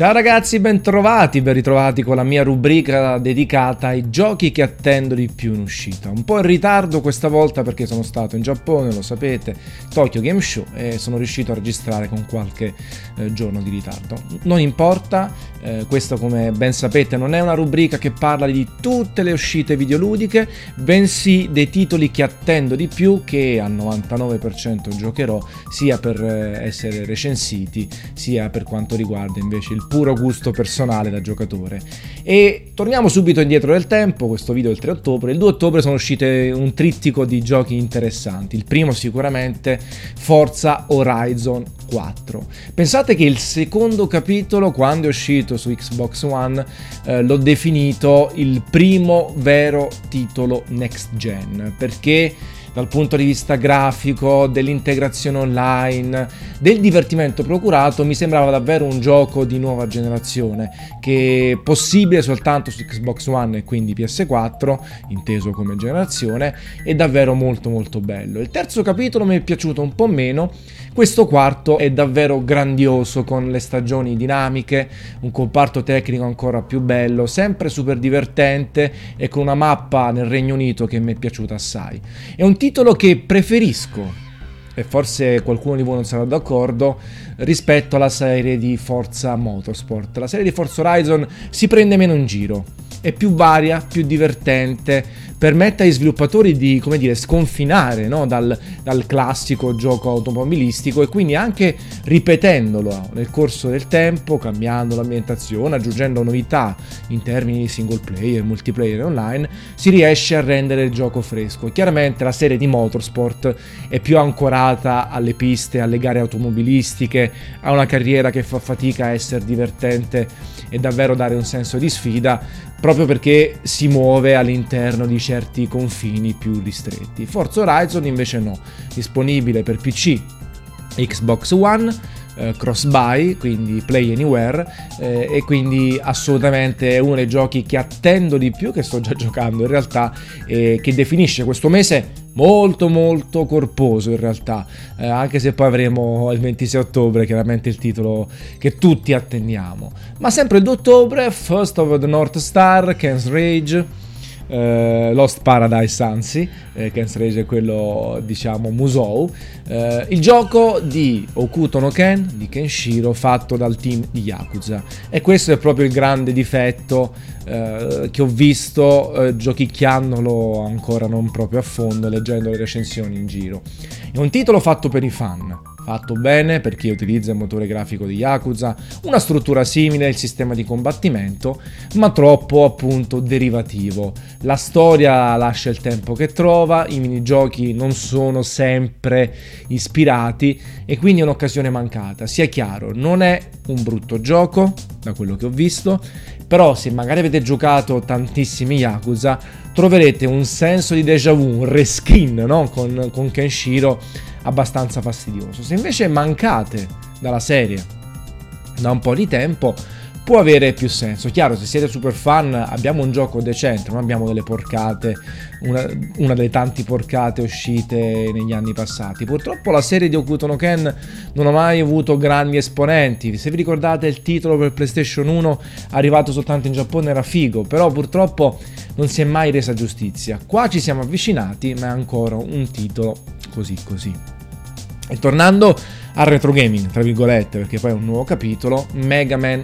Ciao ragazzi, ben ritrovati con la mia rubrica dedicata ai giochi che attendo di più in uscita. Un po' in ritardo questa volta perché sono stato in Giappone, lo sapete, Tokyo Game Show, e sono riuscito a registrare con qualche giorno di ritardo. Non importa, questa come ben sapete non è una rubrica che parla di tutte le uscite videoludiche, bensì dei titoli che attendo di più, che al 99% giocherò, sia per essere recensiti, sia per quanto riguarda invece il puro gusto personale da giocatore. E torniamo subito indietro nel tempo. Questo video è il 3 ottobre. Il 2 ottobre sono uscite un trittico di giochi interessanti. Il primo sicuramente Forza Horizon 4. Pensate che il secondo capitolo, quando è uscito su Xbox One, l'ho definito il primo vero titolo next gen, perché dal punto di vista grafico, dell'integrazione online, del divertimento procurato, mi sembrava davvero un gioco di nuova generazione, che è possibile soltanto su Xbox One e quindi PS4, inteso come generazione, è davvero molto molto bello. Il terzo capitolo mi è piaciuto un po' meno, questo quarto è davvero grandioso, con le stagioni dinamiche, un comparto tecnico ancora più bello, sempre super divertente e con una mappa nel Regno Unito che mi è piaciuta assai. È un titolo che preferisco, e forse qualcuno di voi non sarà d'accordo, rispetto alla serie di Forza Motorsport. La serie di Forza Horizon si prende meno in giro, è più varia, più divertente, permette ai sviluppatori di, come dire, sconfinare, no? dal classico gioco automobilistico, e quindi anche ripetendolo nel corso del tempo, cambiando l'ambientazione, aggiungendo novità in termini di single player, multiplayer e online, si riesce a rendere il gioco fresco. Chiaramente la serie di Motorsport è più ancorata alle piste, alle gare automobilistiche, a una carriera che fa fatica a essere divertente e davvero dare un senso di sfida, proprio perché si muove all'interno di certi confini più ristretti. Forza Horizon invece no, disponibile per PC, Xbox One, cross-buy, quindi play anywhere, e quindi assolutamente è uno dei giochi che attendo di più, che sto già giocando in realtà, che definisce questo mese molto molto corposo in realtà, anche se poi avremo il 26 ottobre chiaramente il titolo che tutti attendiamo. Ma sempre il 2 ottobre First of the North Star, Ken's Rage, Lost Paradise, anzi Ken's Rage è quello, diciamo, Musou, il gioco di Hokuto no Ken di Kenshiro, fatto dal team di Yakuza, e questo è proprio il grande difetto che ho visto giochicchiandolo ancora non proprio a fondo, leggendo le recensioni in giro. È un titolo fatto per i fan, fatto bene perché utilizza il motore grafico di Yakuza, una struttura simile, il sistema di combattimento, ma troppo appunto derivativo. La storia lascia il tempo che trova, i minigiochi non sono sempre ispirati e quindi è un'occasione mancata. Sia chiaro, non è un brutto gioco da quello che ho visto, però se magari avete giocato tantissimi Yakuza troverete un senso di déjà vu, un reskin, no? con Kenshiro abbastanza fastidioso. Se invece mancate dalla serie da un po' di tempo, può avere più senso. Chiaro, se siete super fan, abbiamo un gioco decente, non abbiamo delle porcate, una delle tante porcate uscite negli anni passati. Purtroppo la serie di Hokuto no Ken non ha mai avuto grandi esponenti. Se vi ricordate, il titolo per PlayStation 1 arrivato soltanto in Giappone era figo, però purtroppo non si è mai resa giustizia. Qua ci siamo avvicinati, ma è ancora un titolo così così. E tornando al retro gaming, tra virgolette, perché poi è un nuovo capitolo, Mega Man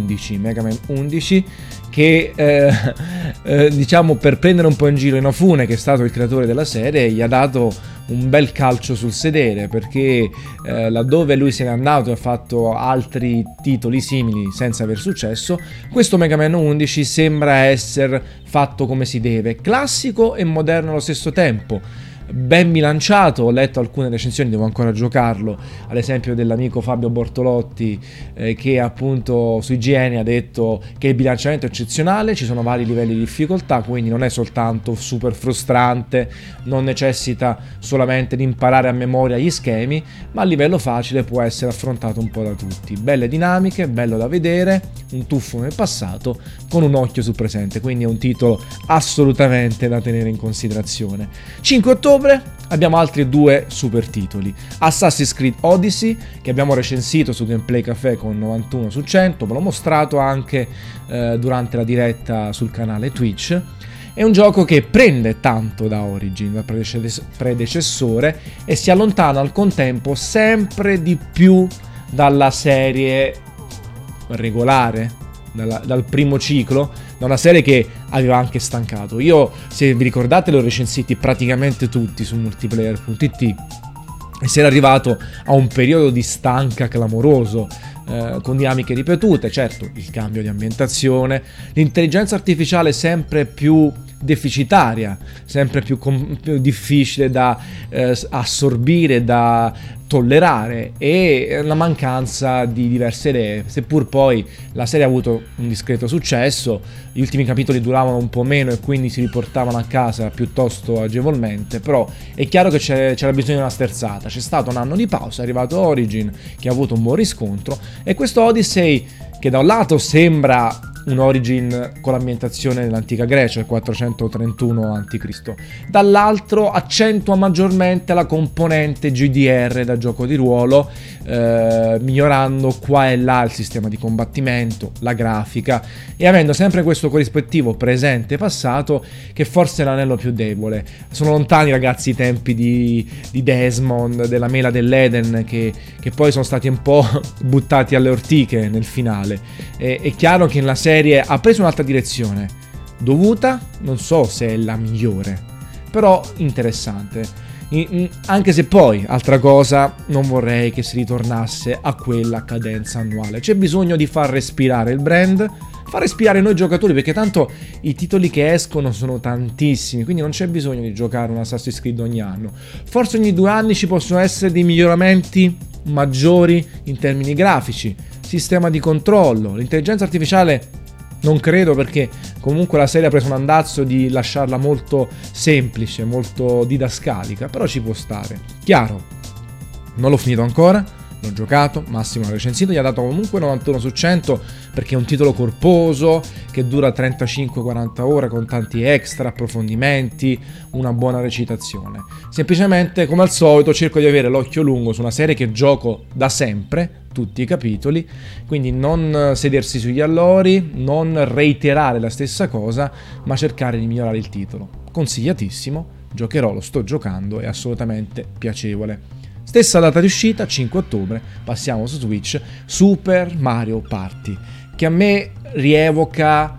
11, che diciamo, per prendere un po' in giro Inafune, che è stato il creatore della serie, gli ha dato un bel calcio sul sedere, perché laddove lui se n'è andato e ha fatto altri titoli simili senza aver successo, questo Mega Man 11 sembra essere fatto come si deve, classico e moderno allo stesso tempo, ben bilanciato. Ho letto alcune recensioni, devo ancora giocarlo, ad esempio dell'amico Fabio Bortolotti, che appunto su IGN ha detto che il bilanciamento è eccezionale, ci sono vari livelli di difficoltà, quindi non è soltanto super frustrante, non necessita solamente di imparare a memoria gli schemi, ma a livello facile può essere affrontato un po' da tutti. Belle dinamiche, bello da vedere, un tuffo nel passato con un occhio sul presente, quindi è un titolo assolutamente da tenere in considerazione. 5 ottobre ottobre abbiamo altri 2 super titoli. Assassin's Creed Odyssey, che abbiamo recensito su Gameplay Café con 91 su 100, ve l'ho mostrato anche durante la diretta sul canale Twitch. È un gioco che prende tanto da Origin, dal predecessore, e si allontana al contempo sempre di più dalla serie regolare, dal primo ciclo, da una serie che aveva anche stancato. Io, se vi ricordate, l'ho recensiti praticamente tutti su multiplayer.it e si era arrivato a un periodo di stanca clamoroso, con dinamiche ripetute, certo, il cambio di ambientazione, l'intelligenza artificiale sempre più deficitaria, sempre più difficile da assorbire, da tollerare, e la mancanza di diverse idee. Seppur poi la serie ha avuto un discreto successo, gli ultimi capitoli duravano un po' meno e quindi si riportavano a casa piuttosto agevolmente, però è chiaro che c'era bisogno di una sterzata. C'è stato un anno di pausa, è arrivato Origin che ha avuto un buon riscontro, e questo Odyssey, che da un lato sembra un Origin con l'ambientazione dell'antica Grecia, il 431 a.C., dall'altro accentua maggiormente la componente GDR da gioco di ruolo, migliorando qua e là il sistema di combattimento, la grafica, e avendo sempre questo corrispettivo presente e passato, che forse è l'anello più debole. Sono lontani, ragazzi, i tempi di Desmond, della mela dell'Eden, che poi sono stati un po' buttati alle ortiche nel finale. È chiaro che la serie ha preso un'altra direzione, dovuta, non so se è la migliore, però interessante. Anche se poi, altra cosa, non vorrei che si ritornasse a quella cadenza annuale. C'è bisogno di far respirare il brand, far respirare noi giocatori, perché tanto i titoli che escono sono tantissimi, quindi non c'è bisogno di giocare un Assassin's Creed ogni anno. Forse ogni 2 anni ci possono essere dei miglioramenti maggiori in termini grafici, sistema di controllo, l'intelligenza artificiale non credo, perché comunque la serie ha preso un andazzo di lasciarla molto semplice, molto didascalica, però ci può stare. Chiaro, non l'ho finito ancora, l'ho giocato, Massimo l'ha recensito, gli ha dato comunque 91 su 100, perché è un titolo corposo che dura 35-40 ore con tanti extra, approfondimenti, una buona recitazione. Semplicemente, come al solito, cerco di avere l'occhio lungo su una serie che gioco da sempre, tutti i capitoli, quindi non sedersi sugli allori, non reiterare la stessa cosa, ma cercare di migliorare il titolo. Consigliatissimo, giocherò, lo sto giocando, è assolutamente piacevole. Stessa data di uscita, 5 ottobre, passiamo su Switch, Super Mario Party, che a me rievoca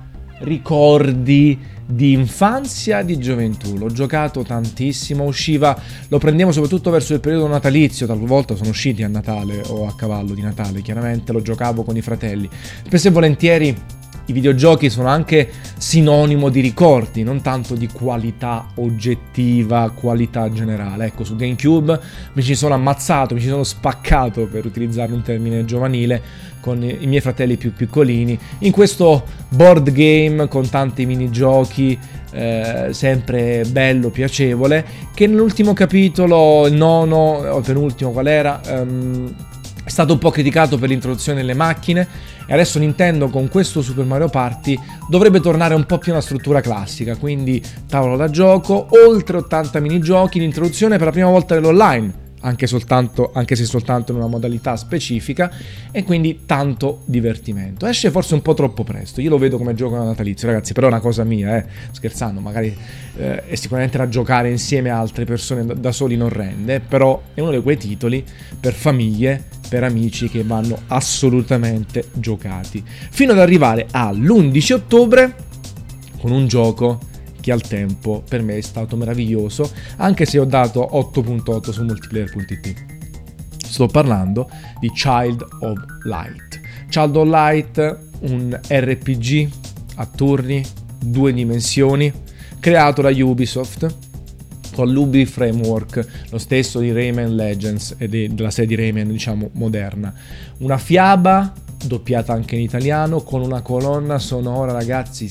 ricordi di infanzia, di gioventù. L'ho giocato tantissimo, usciva, lo prendevo soprattutto verso il periodo natalizio, talvolta sono usciti a Natale o a cavallo di Natale, chiaramente lo giocavo con i fratelli. Spesso e volentieri i videogiochi sono anche sinonimo di ricordi, non tanto di qualità oggettiva, qualità generale. Ecco, su GameCube mi ci sono ammazzato, mi ci sono spaccato, per utilizzare un termine giovanile, con i miei fratelli più piccolini, in questo board game con tanti minigiochi, sempre bello, piacevole, che nell'ultimo capitolo, il nono o penultimo qual era, è stato un po' criticato per l'introduzione delle macchine, e adesso Nintendo con questo Super Mario Party dovrebbe tornare un po' più a una struttura classica, quindi tavolo da gioco, oltre 80 minigiochi, l'introduzione per la prima volta dell'online, anche se soltanto in una modalità specifica, e quindi tanto divertimento. Esce forse un po' troppo presto, io lo vedo come gioco natalizio, ragazzi, però è una cosa mia, scherzando, magari è sicuramente da giocare insieme a altre persone, da soli non rende, però è uno di quei titoli per famiglie, per amici, che vanno assolutamente giocati, fino ad arrivare all'11 ottobre con un gioco che al tempo per me è stato meraviglioso, anche se ho dato 8.8 su multiplayer.it. Sto parlando di Child of Light. Child of Light, un RPG a turni, 2 dimensioni, creato da Ubisoft con l'Ubi Framework, lo stesso di Rayman Legends e della serie di Rayman, diciamo, moderna. Una fiaba doppiata anche in italiano, con una colonna sonora, ragazzi,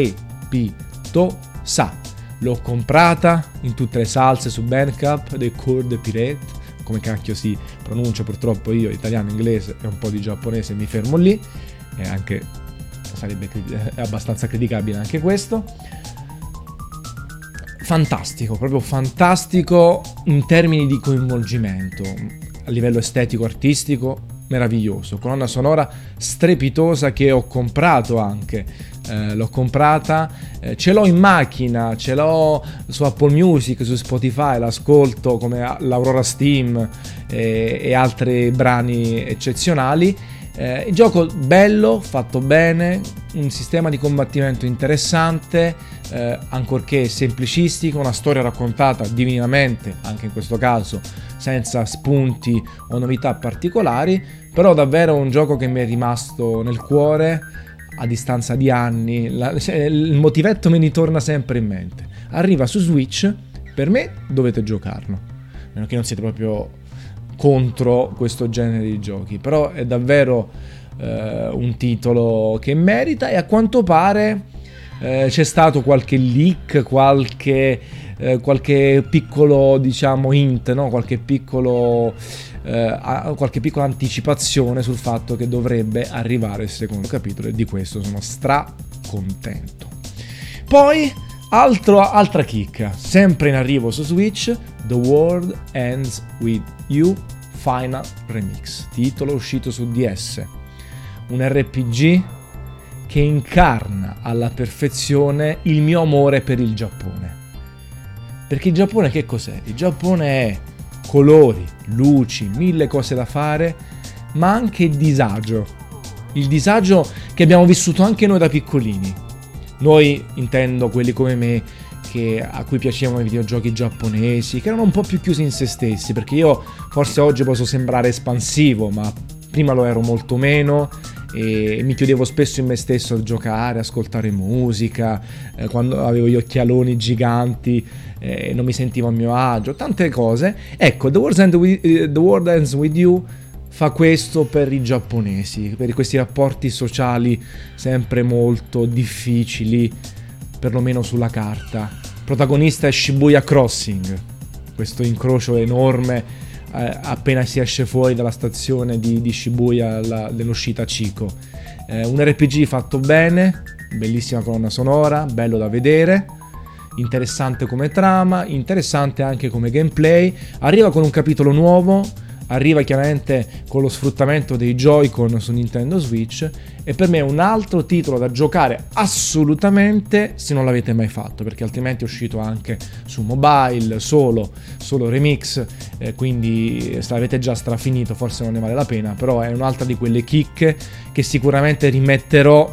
strepitosa. L'ho comprata in tutte le salse su Bandcamp, The Cour de Pirate, come cacchio si pronuncia, purtroppo io italiano, inglese e un po' di giapponese mi fermo lì, e anche è abbastanza criticabile anche questo. fantastico, proprio fantastico in termini di coinvolgimento, a livello estetico, artistico, meraviglioso, colonna sonora strepitosa che ho comprato anche, l'ho comprata, ce l'ho in macchina, ce l'ho su Apple Music, su Spotify, l'ascolto come l'Aurora Steam e altri brani eccezionali. Il gioco bello, fatto bene, un sistema di combattimento interessante, ancorché semplicistico, una storia raccontata divinamente, anche in questo caso senza spunti o novità particolari, però davvero un gioco che mi è rimasto nel cuore a distanza di anni. Il motivetto mi ritorna sempre in mente. Arriva su Switch, per me dovete giocarlo, a meno che non siete proprio contro questo genere di giochi, però è davvero un titolo che merita, e a quanto pare c'è stato qualche leak, qualche piccolo, diciamo, hint, no? qualche piccola anticipazione sul fatto che dovrebbe arrivare il secondo capitolo, e di questo sono contento. Poi altra chicca, sempre in arrivo su Switch, The World Ends With You Final Remix, titolo uscito su DS, un RPG che incarna alla perfezione il mio amore per il Giappone. Perché il Giappone che cos'è? Il Giappone è colori, luci, mille cose da fare, ma anche disagio. Il disagio che abbiamo vissuto anche noi da piccolini. Noi, intendo quelli come me, a cui piacevano i videogiochi giapponesi, che erano un po' più chiusi in se stessi, perché io forse oggi posso sembrare espansivo, ma prima lo ero molto meno, e mi chiudevo spesso in me stesso a giocare, ascoltare musica, quando avevo gli occhialoni giganti non mi sentivo a mio agio, tante cose. Ecco, The World Ends With You fa questo per i giapponesi, per questi rapporti sociali sempre molto difficili, perlomeno sulla carta. Protagonista è Shibuya Crossing, questo incrocio enorme appena si esce fuori dalla stazione di Shibuya dell'uscita Chico. Un RPG fatto bene, bellissima colonna sonora, bello da vedere, interessante come trama, interessante anche come gameplay. Arriva con un capitolo nuovo, arriva chiaramente con lo sfruttamento dei Joy-Con su Nintendo Switch, e per me è un altro titolo da giocare assolutamente se non l'avete mai fatto, perché altrimenti è uscito anche su mobile, solo remix, quindi se l'avete già strafinito forse non ne vale la pena, però è un'altra di quelle chicche che sicuramente rimetterò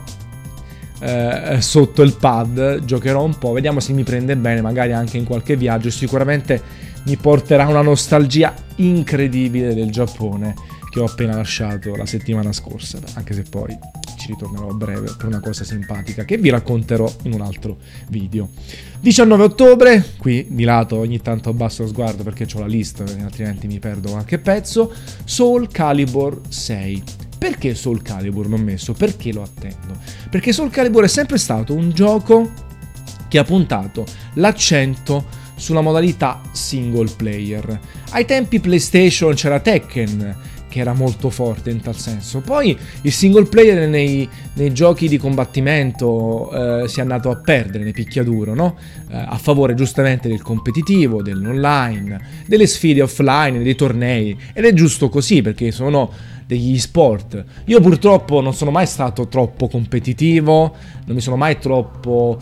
sotto il pad, giocherò un po', vediamo se mi prende bene, magari anche in qualche viaggio. Sicuramente mi porterà una nostalgia incredibile del Giappone che ho appena lasciato la settimana scorsa, anche se poi ci ritornerò a breve per una cosa simpatica che vi racconterò in un altro video. 19 ottobre, qui di lato ogni tanto abbasso lo sguardo perché ho la lista, altrimenti mi perdo qualche pezzo. Soul Calibur 6. Perché Soul Calibur l'ho messo? Perché lo attendo? Perché Soul Calibur è sempre stato un gioco che ha puntato l'accento sulla modalità single player. Ai tempi PlayStation c'era Tekken, che era molto forte in tal senso. Poi il single player nei giochi di combattimento si è andato a perdere, nei picchiaduro, no? A favore giustamente del competitivo, dell'online, delle sfide offline, dei tornei. Ed è giusto così, perché sono degli sport. Io purtroppo non sono mai stato troppo competitivo, non mi sono mai troppo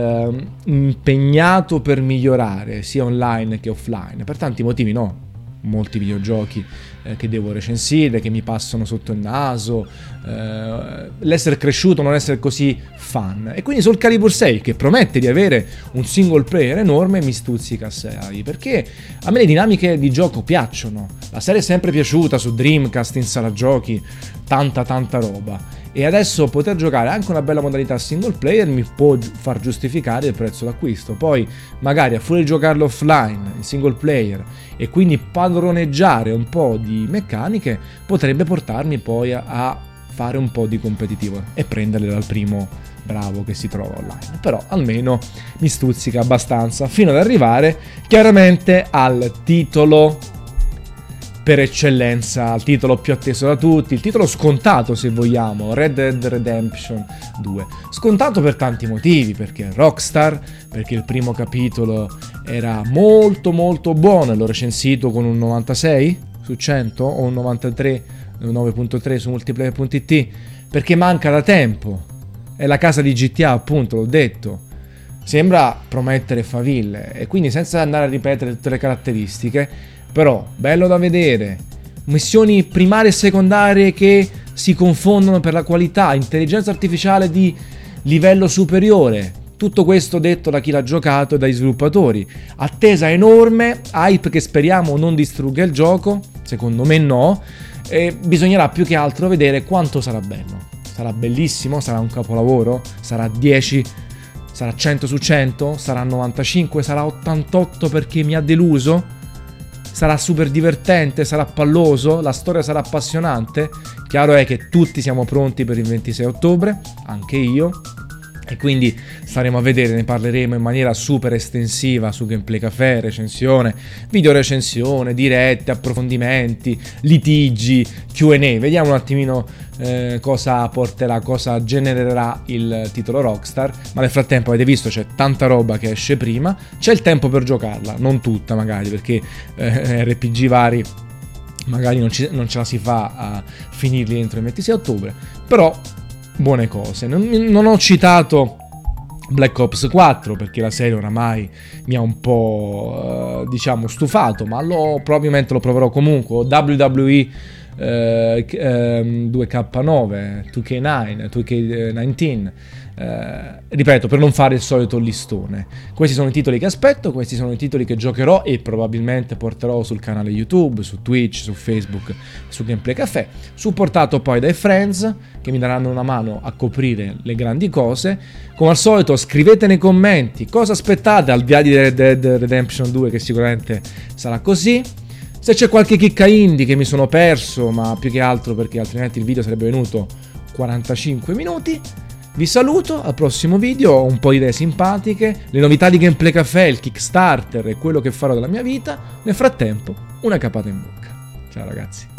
impegnato per migliorare sia online che offline, per tanti motivi. No, molti videogiochi che devo recensire, che mi passano sotto il naso, l'essere cresciuto, non essere così fan. E quindi Soul Calibur 6, che promette di avere un single player enorme, mi stuzzica assai, perché a me le dinamiche di gioco piacciono. La serie è sempre piaciuta su Dreamcast, in sala giochi, tanta roba. E adesso poter giocare anche una bella modalità single player mi può far giustificare il prezzo d'acquisto. Poi magari a fuori di giocarlo offline, in single player, e quindi padroneggiare un po' di meccaniche, potrebbe portarmi poi a fare un po' di competitivo e prenderle dal primo bravo che si trova online. Però almeno mi stuzzica abbastanza fino ad arrivare chiaramente al titolo per eccellenza, il titolo più atteso da tutti, il titolo scontato se vogliamo, Red Dead Redemption 2. Scontato per tanti motivi, perché è Rockstar, perché il primo capitolo era molto molto buono e l'ho recensito con un 96 su 100 o un 93, 9.3 su multiplayer.it, perché manca da tempo, è la casa di GTA appunto, l'ho detto, sembra promettere faville e quindi senza andare a ripetere tutte le caratteristiche, però bello da vedere, missioni primarie e secondarie che si confondono per la qualità, intelligenza artificiale di livello superiore, tutto questo detto da chi l'ha giocato e dai sviluppatori, attesa enorme, hype che speriamo non distrugga il gioco, secondo me no, e bisognerà più che altro vedere quanto sarà bello, sarà bellissimo, sarà un capolavoro, sarà 10, sarà 100 su 100, sarà 95, sarà 88 perché mi ha deluso, sarà super divertente, sarà palloso, la storia sarà appassionante. Chiaro è che tutti siamo pronti per il 26 ottobre, anche io, e quindi staremo a vedere, ne parleremo in maniera super estensiva su Gameplay Café, recensione, video recensione, dirette, approfondimenti, litigi, Q&A. Vediamo un attimino cosa porterà, cosa genererà il titolo Rockstar, ma nel frattempo avete visto c'è tanta roba che esce prima, c'è il tempo per giocarla, non tutta magari, perché RPG vari magari non ce la si fa a finirli entro il 26 ottobre, però buone cose. Non ho citato Black Ops 4 perché la serie oramai mi ha un po' diciamo stufato, ma probabilmente lo proverò comunque. WWE 2K9, 2K9, 2K19, ripeto, per non fare il solito listone. Questi sono i titoli che aspetto, questi sono i titoli che giocherò e probabilmente porterò sul canale YouTube, su Twitch, su Facebook, su Gameplay Café, supportato poi dai friends che mi daranno una mano a coprire le grandi cose. Come al solito scrivete nei commenti cosa aspettate al via di Red Dead Redemption 2, che sicuramente sarà così. Se c'è qualche chicca indie che mi sono perso, ma più che altro perché altrimenti il video sarebbe venuto 45 minuti, vi saluto, al prossimo video, ho un po' di idee simpatiche, le novità di Gameplay Café, il Kickstarter e quello che farò della mia vita. Nel frattempo, una capata in bocca. Ciao ragazzi.